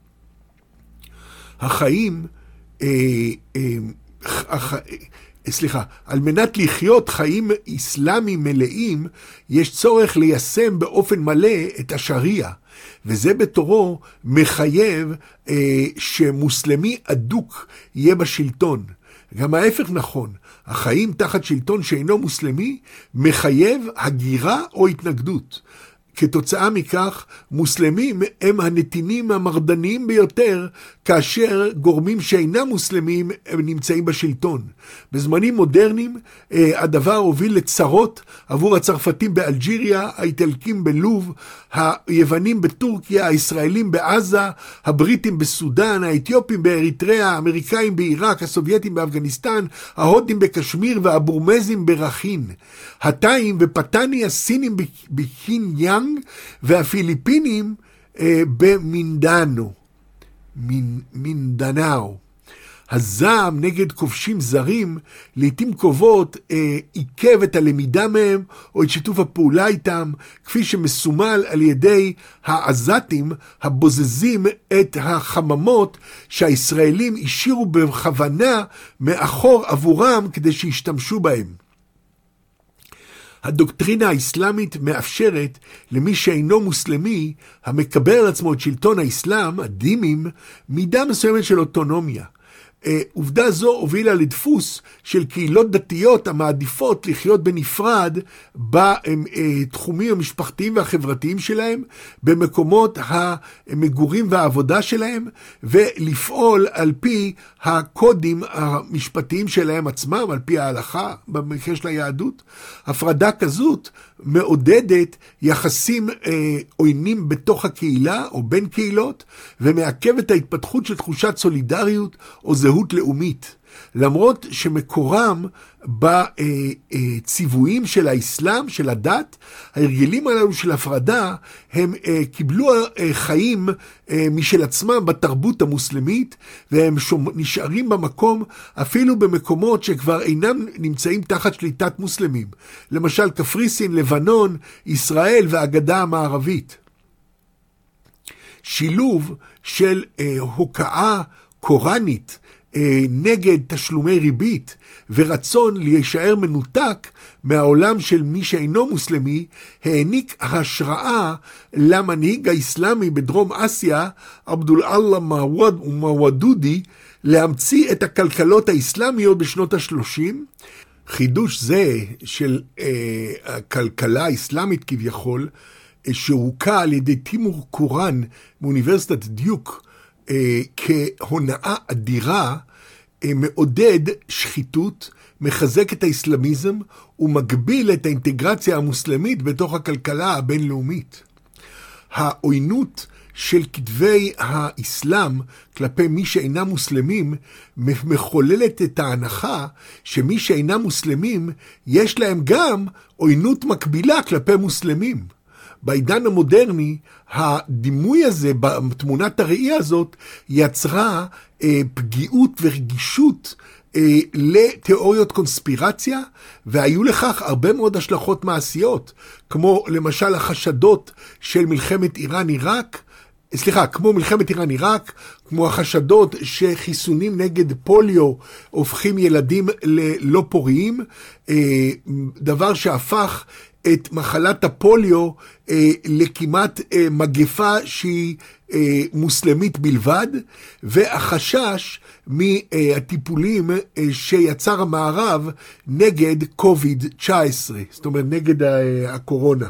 החיים, על מנת לחיות חיים אסלאמיים מלאים, יש צורך ליישם באופן מלא את השריעה, וזה בתורו מחייב שמוסלמי אדוק יהיה בשלטון. גם ההפך נכון, החיים תחת שלטון שאינו מוסלמי מחייב הגירה או התנגדות. כתוצאה מכך, מוסלמים הם הנתינים המרדניים ביותר, כאשר גורמים שאינם מוסלמים הם נמצאים בשלטון. בזמנים מודרניים, הדבר הוביל לצרות עבור הצרפתים באלג'יריה, האיטלקים בלוב, היוונים בטורקיה, הישראלים בעזה, הבריטים בסודן, האתיופים באריתריאה, האמריקאים בעיראק, הסובייטים באפגניסטן, ההודים בקשמיר והבורמזים ברחין. התאים ופטני הסינים בקיניאנג, והפיליפינים במינדנאו. הזעם נגד כובשים זרים לעתים קרובות עיכב את הלמידה מהם או את שיתוף הפעולה איתם, כפי שמסומל על ידי העזתים הבוזזים את החממות שהישראלים השאירו בכוונה מאחור עבורם כדי שישתמשו בהם. הדוקטרינה האסלאמית מאפשרת למי שאינו מוסלמי, המקבל על עצמו את שלטון האסלאם, הדימים, מידה מסוימת של אוטונומיה. עובדה זו הובילה לדפוס של קהילות דתיות המעדיפות לחיות בנפרד בתחומים המשפחתיים והחברתיים שלהם, במקומות המגורים והעבודה שלהם, ולפעול על פי הקודים המשפטיים שלהם עצמם, על פי ההלכה במקרה של היהדות. הפרדה כזאת מעודדת יחסים עוינים בתוך הקהילה או בין קהילות, ומעכבת ההתפתחות של תחושת סולידריות או זהות זהות לאומית. למרות שמקורם בציוויים של האסלאם, של הדת, ההרגלים הללו של הפרדה, הם קיבלו חיים משל עצמם בתרבות המוסלמית, והם נשארים במקום, אפילו במקומות שכבר אינם נמצאים תחת שליטת מוסלמים. למשל קפריסין, לבנון, ישראל והגדה המערבית. שילוב של הוקעה קוראנית נגד תשלומי ריבית ורצון להישאר מנותק מהעולם של מי שאינו מוסלמי, העניק השראה למנהיג האסלאמי בדרום אסיה, עבדול אללה מוודודי, להמציא את הכלכלות האסלאמיות בשנות ה-30. חידוש זה של הכלכלה האסלאמית כביכול, שהוקע על ידי תימור קורן מאוניברסיטת דיוק כהונאה אדירה, מעודד שחיתות, מחזק את האסלאמיזם ומגביל את האינטגרציה המוסלמית בתוך הכלכלה הבינלאומית. העוינות של כתבי האסלאם כלפי מי שאינם מוסלמים מחוללת את ההנחה שמי שאינם מוסלמים יש להם גם עוינות מקבילה כלפי מוסלמים. בעידן המודרני, הדימוי הזה, בתמונת הראי הזאת, יצרה פגיעות ורגישות לתיאוריות קונספירציה, והיו לכך הרבה מאוד השלכות מעשיות, כמו למשל החשדות של מלחמת איראן-עיראק, כמו מלחמת איראן-עיראק, כמו החשדות שחיסונים נגד פוליו הופכים ילדים ללא פוריים, דבר שהפך את מחלת הפוליו לכמעט מגפה שהיא מוסלמית בלבד, והחשש מהטיפולים שיצר המערב נגד COVID-19, זאת אומרת נגד הקורונה.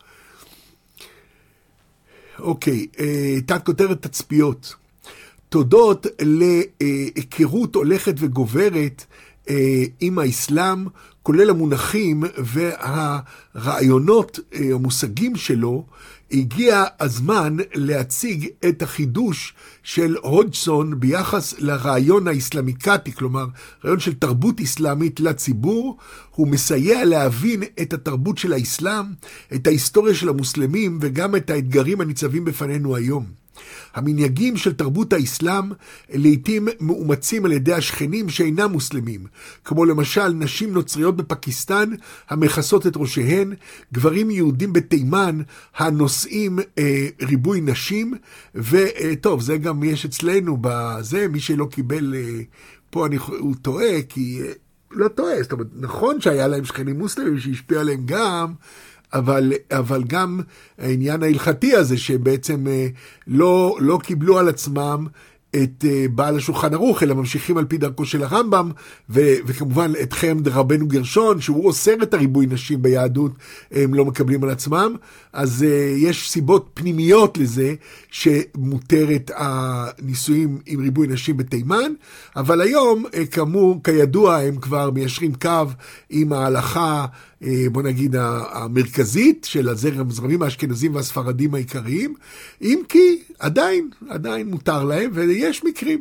אוקיי, תת כותרת תצפיות. תודות להיכרות הולכת וגוברת עם האסלאם, כולל המונחים והרעיונות, המושגים שלו, הגיע הזמן להציג את החידוש של הודגסון ביחס לרעיון האסלאמיקטי, כלומר, רעיון של תרבות אסלאמית לציבור. הוא מסייע להבין את התרבות של האסלאם, את ההיסטוריה של המוסלמים וגם את האתגרים הניצבים בפנינו היום. המנהגים של תרבות האסלאם לעתים מאומצים על ידי השכנים שאינם מוסלמים, כמו למשל נשים נוצריות בפקיסטן המכסות את ראשיהן, גברים יהודים בתימן הנושאים ריבוי נשים, וטוב, זה גם יש אצלנו בזה, מי שלא קיבל פה הוא טועה, כי לא טועה, זאת אומרת, נכון שהיה להם שכנים מוסלמים שהשפיע עליהם גם, אבל גם העניין ההלכתי הזה שבעצם לא קיבלו על עצמם את בעל השולחן ערוך, אלא ממשיכים על פי דרכו של הרמב"ם, וכמובן את חמד רבנו גרשון, שהוא אוסר את הריבוי נשים ביהדות, הם לא מקבלים על עצמם. אז יש סיבות פנימיות לזה שמותרת הנישואים עם ריבוי נשים בתימן, אבל היום, כידוע, הם כבר מיישרים קו עם ההלכה, בוא נגיד, המרכזית של הזרמים האשכנזים והספרדים העיקריים, אם כי עדיין מותר להם, ויש מקרים.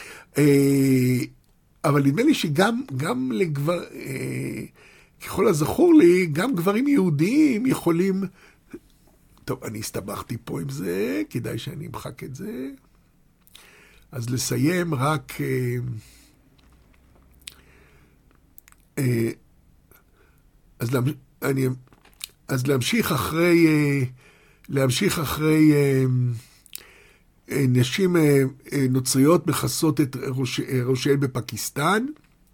אבל נדמה לי שגם לגבר, ככל הזכור לי, גם גברים יהודיים יכולים, טוב, אני הסתבכתי פה עם זה, כדאי שאני אמחק את זה. אז לסיים רק, אז להמשיך אחרי נשים נוצריות מכסות את ראשיהן בפקיסטן.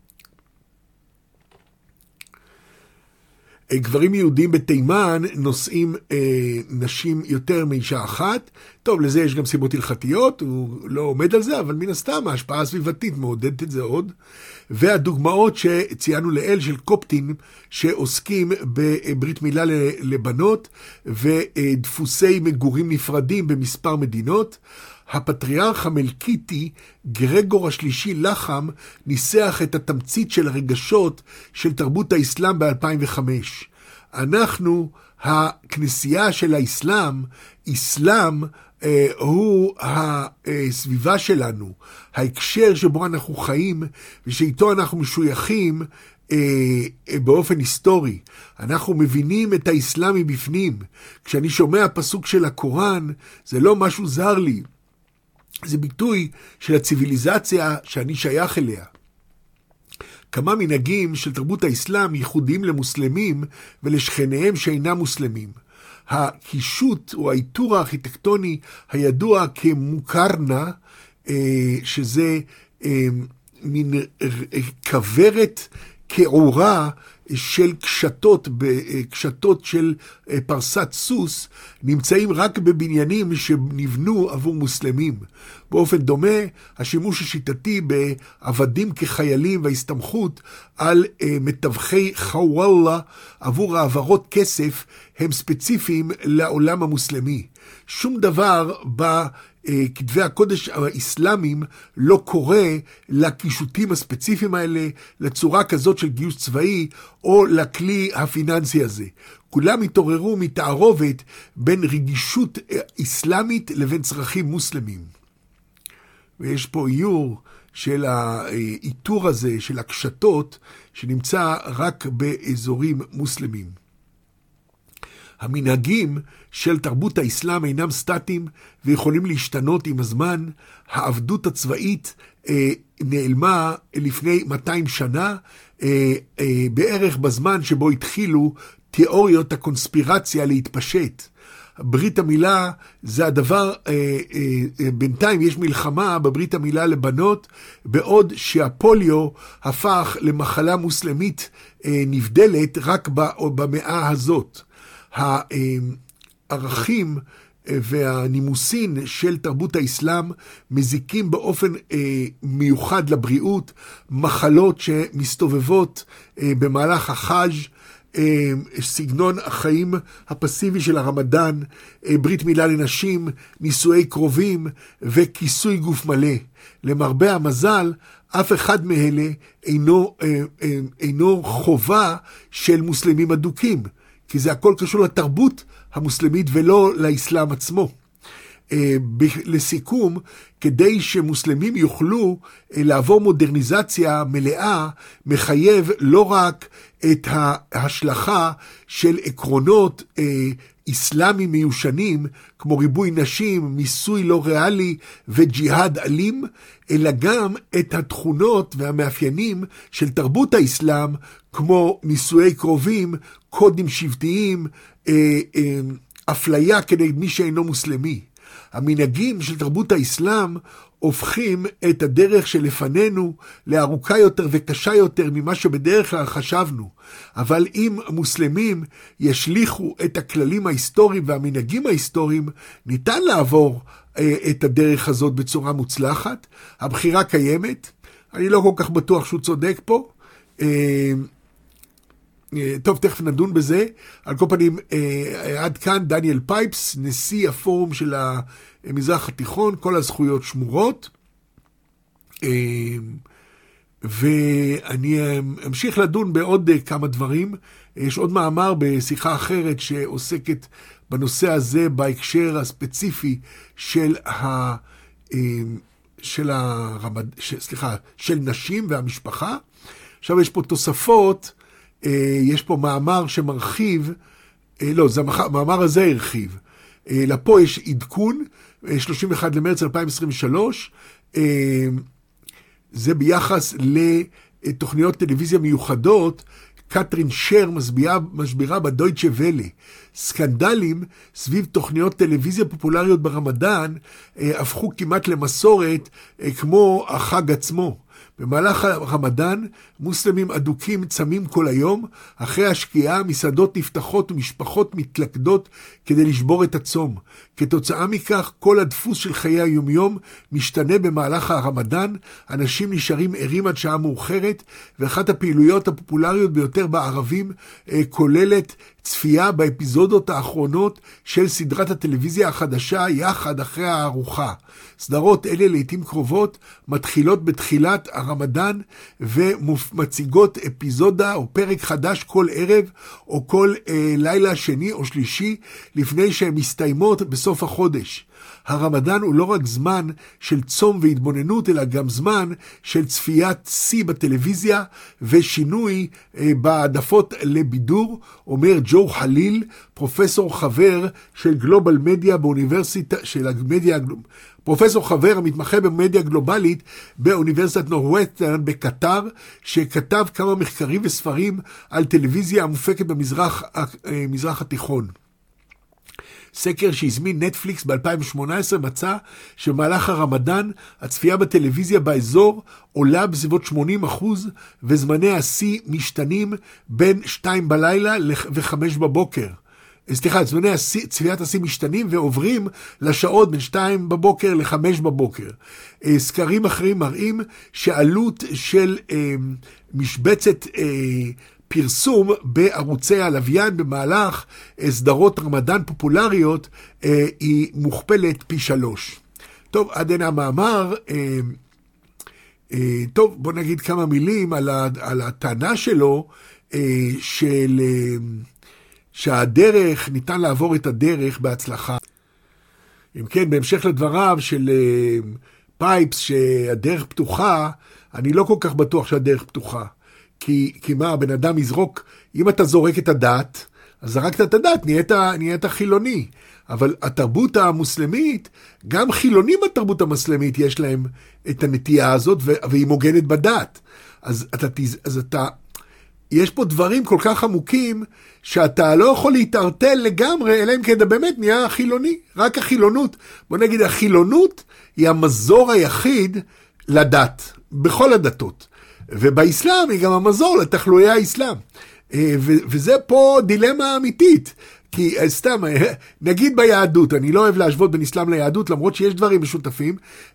גברים יהודים בתימן נושאים נשים יותר מאישה אחת. טוב, לזה יש גם סיבות הלכתיות, הוא לא עומד על זה, אבל מן הסתם ההשפעה הסביבתית מעודדת את זה עוד. והדוגמאות שציינו לאל של קופטים שעוסקים בברית מילה לבנות ודפוסי מגורים נפרדים במספר מדינות. הפטריארך המלקיטי, גרגור השלישי לחם, ניסח את התמצית של הרגשות של תרבות האסלאם ב-2005. אנחנו, הכנסייה של האסלאם, אסלאם הוא הסביבה שלנו, ההקשר שבו אנחנו חיים ושאיתו אנחנו משויכים באופן היסטורי. אנחנו מבינים את האסלאם מבפנים. כשאני שומע פסוק של הקוראן, זה לא משהו זר לי. זה ביטוי של הציביליזציה שאני שייך אליה. כמה מנהגים של תרבות האסלאם ייחודיים למוסלמים ולשכניהם שאינם מוסלמים. הקישוט או האיתור הארכיטקטוני הידוע כמוקרנה, שזה מין כברת כעורה של קשתות של פרסת סוס, נמצאים רק בבניינים שנבנו עבור מוסלמים. באופן דומה, השימוש השיטתי בעבדים כחיילים וההסתמכות על מתווכי חוואלה עבור העברות כסף הם ספציפיים לעולם המוסלמי. שום דבר בכתבי הקודש האסלאמיים לא קורא לקישוטים הספציפיים האלה, לצורה כזאת של גיוס צבאי או לכלי הפיננסי הזה. כולם התעוררו מתערובת בין רגישות אסלאמית לבין צרכים מוסלמים. ויש פה איור של האיתור הזה, של הקשתות, שנמצא רק באזורים מוסלמים. המנהגים של תרבות האסלאם אינם סטטיים ויכולים להשתנות עם הזמן. העבדות הצבאית נעלמה לפני 200 שנה, בערך בזמן שבו התחילו תיאוריות הקונספירציה להתפשט. ברית המילה זה הדבר, בינתיים יש מלחמה בברית המילה לבנות, בעוד שהפוליו הפך למחלה מוסלמית נבדלת רק במאה הזאת. הערכים והנימוסין של תרבות האסלאם מזיקים באופן מיוחד לבריאות, מחלות שמסתובבות במהלך החאג', סגנון החיים הפסיבי של הרמדאן, ברית מילה לנשים, נישואי קרובים וכיסוי גוף מלא. למרבה המזל, אף אחד מאלה אינו חובה של מוסלמים אדוקים, כי זה הכל קשור לתרבות המוסלמית ולא לאסלאם עצמו. לסיכום, כדי שמוסלמים יוכלו לעבור מודרניזציה מלאה, מחייב לא רק את ההשלכה של עקרונות אסלאמיים מיושנים, כמו ריבוי נשים, מיסוי לא ריאלי וג'יהאד אלים, אלא גם את התכונות והמאפיינים של תרבות האסלאם, כמו נישואי קרובים, קודים שבטיים, אפליה כנגד מי שאינו מוסלמי. המנהגים של תרבות האסלאם הופכים את הדרך שלפנינו לארוכה יותר וקשה יותר ממה שבדרך כלל חשבנו. אבל אם מוסלמים ישליחו את הכללים ההיסטוריים והמנהגים ההיסטוריים, ניתן לעבור את הדרך הזאת בצורה מוצלחת. הבחירה קיימת. אני לא כל כך בטוח שהוא צודק פה. טוב, תכף נדון בזה. על כל פנים, עד כאן דניאל פייפס, נשיא הפורום של המזרח התיכון, כל הזכויות שמורות. ואני אמשיך לדון בעוד כמה דברים. יש עוד מאמר בשיחה אחרת שעוסקת בנושא הזה בהקשר הספציפי של נשים והמשפחה. עכשיו יש פה תוספות, יש פה מאמר שמרחיב, המאמר הזה הרחיב. לפה יש עדכון, 31 למרץ 2023, זה ביחס לתוכניות טלוויזיה מיוחדות. קטרין שר מסבירה בדויטשה וולה, סקנדלים סביב תוכניות טלוויזיה פופולריות ברמדאן הפכו כמעט למסורת כמו החג עצמו. במהלך הרמדאן מוסלמים אדוקים צמים כל היום, אחרי השקיעה מסעדות נפתחות ומשפחות מתלכדות כדי לשבור את הצום. כתוצאה מכך כל הדפוס של חיי היומיום משתנה במהלך הרמדאן, אנשים נשארים ערים עד שעה מאוחרת, ואחת הפעילויות הפופולריות ביותר בערבים כוללת צפייה באפיזודות האחרונות של סדרת הטלוויזיה החדשה יחד אחרי הארוחה. סדרות אלה לעתים קרובות מתחילות בתחילת הרמדאן ומציגות אפיזודה או פרק חדש כל ערב או כל לילה שני או שלישי לפני שהן מסתיימות בסוף החודש. הרמדאן הוא לא רק זמן של צום והתבוננות, אלא גם זמן של צפיית שיא בטלוויזיה ושינוי בעדפות לבידור, אומר ג'ו חליל, פרופסור חבר של גלובל מדיה באוניברסיטה, של המדיה, פרופסור חבר המתמחה במדיה גלובלית באוניברסיטת נורווסטרן בקטר, שכתב כמה מחקרים וספרים על טלוויזיה המופקת במזרח התיכון. סקר שהזמין נטפליקס ב-2018 מצא שבמהלך הרמדאן הצפייה בטלוויזיה באזור עולה בסביבות 80%, וזמני השיא משתנים בין 2 בלילה ו5 בבוקר. סליחה, זמני צפיית השיא משתנים ועוברים לשעות בין 2 בבוקר ל5 בבוקר. סקרים אחרים מראים שעלות של משבצת פרסום בערוצי הלוויין במהלך סדרות רמדאן פופולריות היא מוכפלת פי 3. טוב, עד הנה המאמר. טוב, בוא נגיד כמה מילים על הטענה שלו שהדרך, ניתן לעבור את הדרך בהצלחה. אם כן, בהמשך לדבריו של פייפס שהדרך פתוחה, אני לא כל כך בטוח שהדרך פתוחה. כי מה, הבן אדם יזרוק, אם אתה זורק את הדת, אז זרקת את הדת, נהיית חילוני. אבל התרבות המוסלמית, גם חילונים בתרבות המוסלמית יש להם את הנטייה הזאת, והיא מוגנת בדת. אז אתה, יש פה דברים כל כך עמוקים, שאתה לא יכול להתערטל לגמרי, אלא אם כן אתה באמת נהיה חילוני. רק החילונות, בוא נגיד, החילונות היא המזור היחיד לדת, בכל הדתות. ובאסלאם היא גם המזור לתחלואי האסלאם. וזה פה דילמה אמיתית. כי סתם, נגיד ביהדות, אני לא אוהב להשוות בין אסלאם ליהדות, למרות שיש דברים משותפים,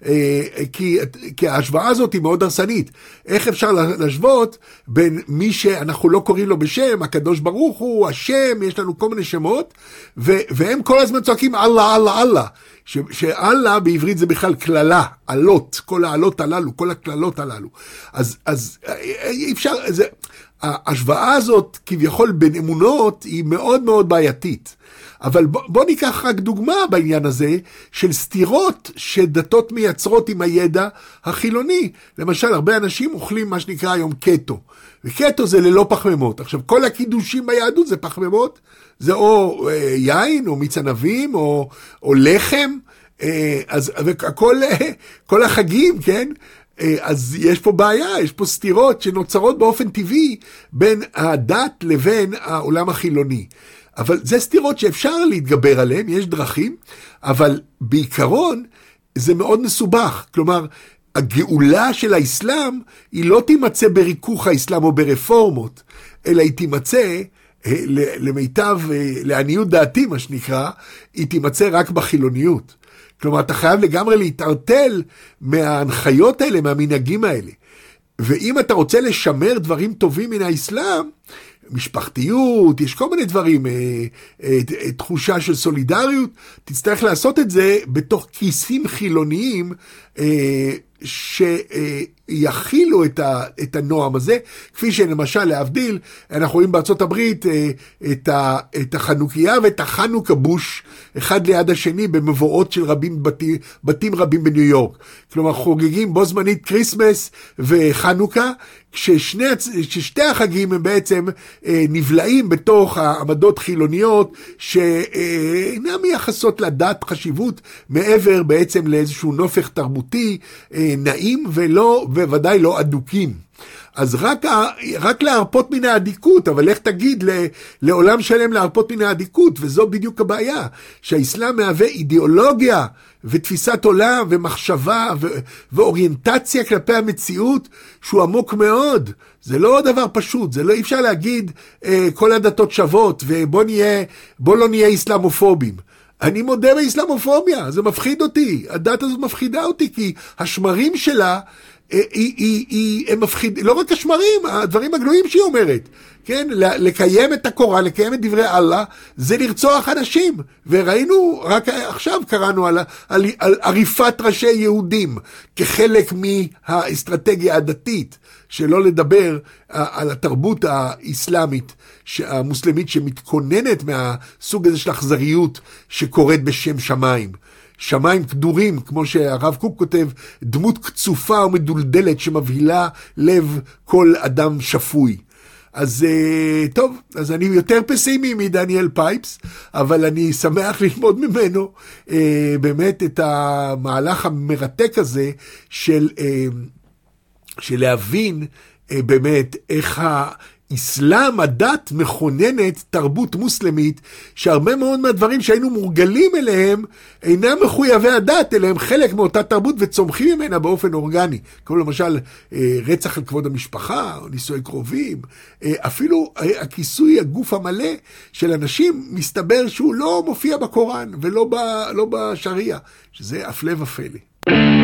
כי ההשוואה הזאת היא מאוד הרסנית. איך אפשר להשוות בין מי שאנחנו לא קוראים לו בשם, הקדוש ברוך הוא, השם, יש לנו כל מיני שמות, והם כל הזמן צועקים אללה, אללה, אללה. שאללה בעברית זה בכלל כללה, עלות, כל העלות הללו, כל הכללות הללו. אז אי אפשר, ההשוואה הזאת כביכול בין אמונות היא מאוד מאוד בעייתית. אבל בוא ניקח רק דוגמה בעניין הזה של סתירות שדתות מייצרות עם הידע החילוני. למשל, הרבה אנשים אוכלים מה שנקרא היום קטו. וקטו זה ללא פחמימות. עכשיו, כל הקידושים ביהדות זה פחמימות. זה או יין, או מיץ ענבים, או לחם. אז כל החגים, כן? אז יש פה בעיה, יש פה סתירות שנוצרות באופן טבעי בין הדת לבין העולם החילוני. אבל זה סתירות שאפשר להתגבר עליהן, יש דרכים, אבל בעיקרון זה מאוד מסובך. כלומר, הגאולה של האסלאם היא לא תימצא בריכוך האסלאם או ברפורמות, אלא היא תימצא, למיטב, לעניות דעתי מה שנקרא, היא תימצא רק בחילוניות. כלומר, אתה חייב לגמרי להתערטל מההנחיות האלה, מהמנהגים האלה. ואם אתה רוצה לשמר דברים טובים מן האסלאם, משפחתיות, יש כל מיני דברים, תחושה של סולידריות, תצטרך לעשות את זה בתוך כיסים חילוניים שיכילו את הנועם הזה, כפי שלמשל להבדיל, אנחנו רואים בארצות הברית את החנוכיה ואת החנוכה בוש, אחד ליד השני במבואות של בתים רבים בניו יורק. כלומר, חוגגים בו זמנית קריסמס וחנוכה, כששתי החגים הם בעצם נבלעים בתוך העמדות חילוניות שאינם מייחסות לדת חשיבות מעבר בעצם לאיזשהו נופך תרבותי נעים וודאי לא אדוקים. אז רק להרפות מן העדיקות, אבל איך תגיד לעולם שלם להרפות מן העדיקות, וזו בדיוק הבעיה, שהאסלאם מהווה אידיאולוגיה ותפיסת עולם ומחשבה ואוריינטציה כלפי המציאות שהוא עמוק מאוד. זה לא דבר פשוט, זה לא, אי אפשר להגיד כל הדתות שוות ובוא לא נהיה איסלאמופובים. אני מודה באיסלאמופוביה, זה מפחיד אותי, הדת הזאת מפחידה אותי, כי השמרים שלה הם מפחיד, לא רק השמרים, הדברים הגלויים שהיא אומרת, כן, לקיים את הקוראן, לקיים את דברי אללה, זה לרצוח אנשים, וראינו, רק עכשיו קראנו על עריפת ראשי יהודים, כחלק מהאסטרטגיה הדתית, שלא לדבר על התרבות האסלאמית, המוסלמית שמתכוננת מהסוג הזה של אכזריות, שקורית בשם שמיים. שמיים כדורים, כמו שהרב קוק כותב, דמות קצופה ומדולדלת שמבהילה לב כל אדם שפוי. אז טוב, אז אני יותר פסימי מדניאל פייפס, אבל אני שמח ללמוד ממנו באמת את המהלך המרתק הזה של להבין באמת איך האסלאם, הדת, מכוננת תרבות מוסלמית, שהרבה מאוד מהדברים שהיינו מורגלים אליהם, אינם מחויבי הדת, אלא הם חלק מאותה תרבות וצומחים ממנה באופן אורגני. כמו למשל רצח על כבוד המשפחה, או נישואי קרובים, אפילו הכיסוי הגוף המלא של אנשים, מסתבר שהוא לא מופיע בקוראן ולא בשריעה, שזה הפלא ופלא.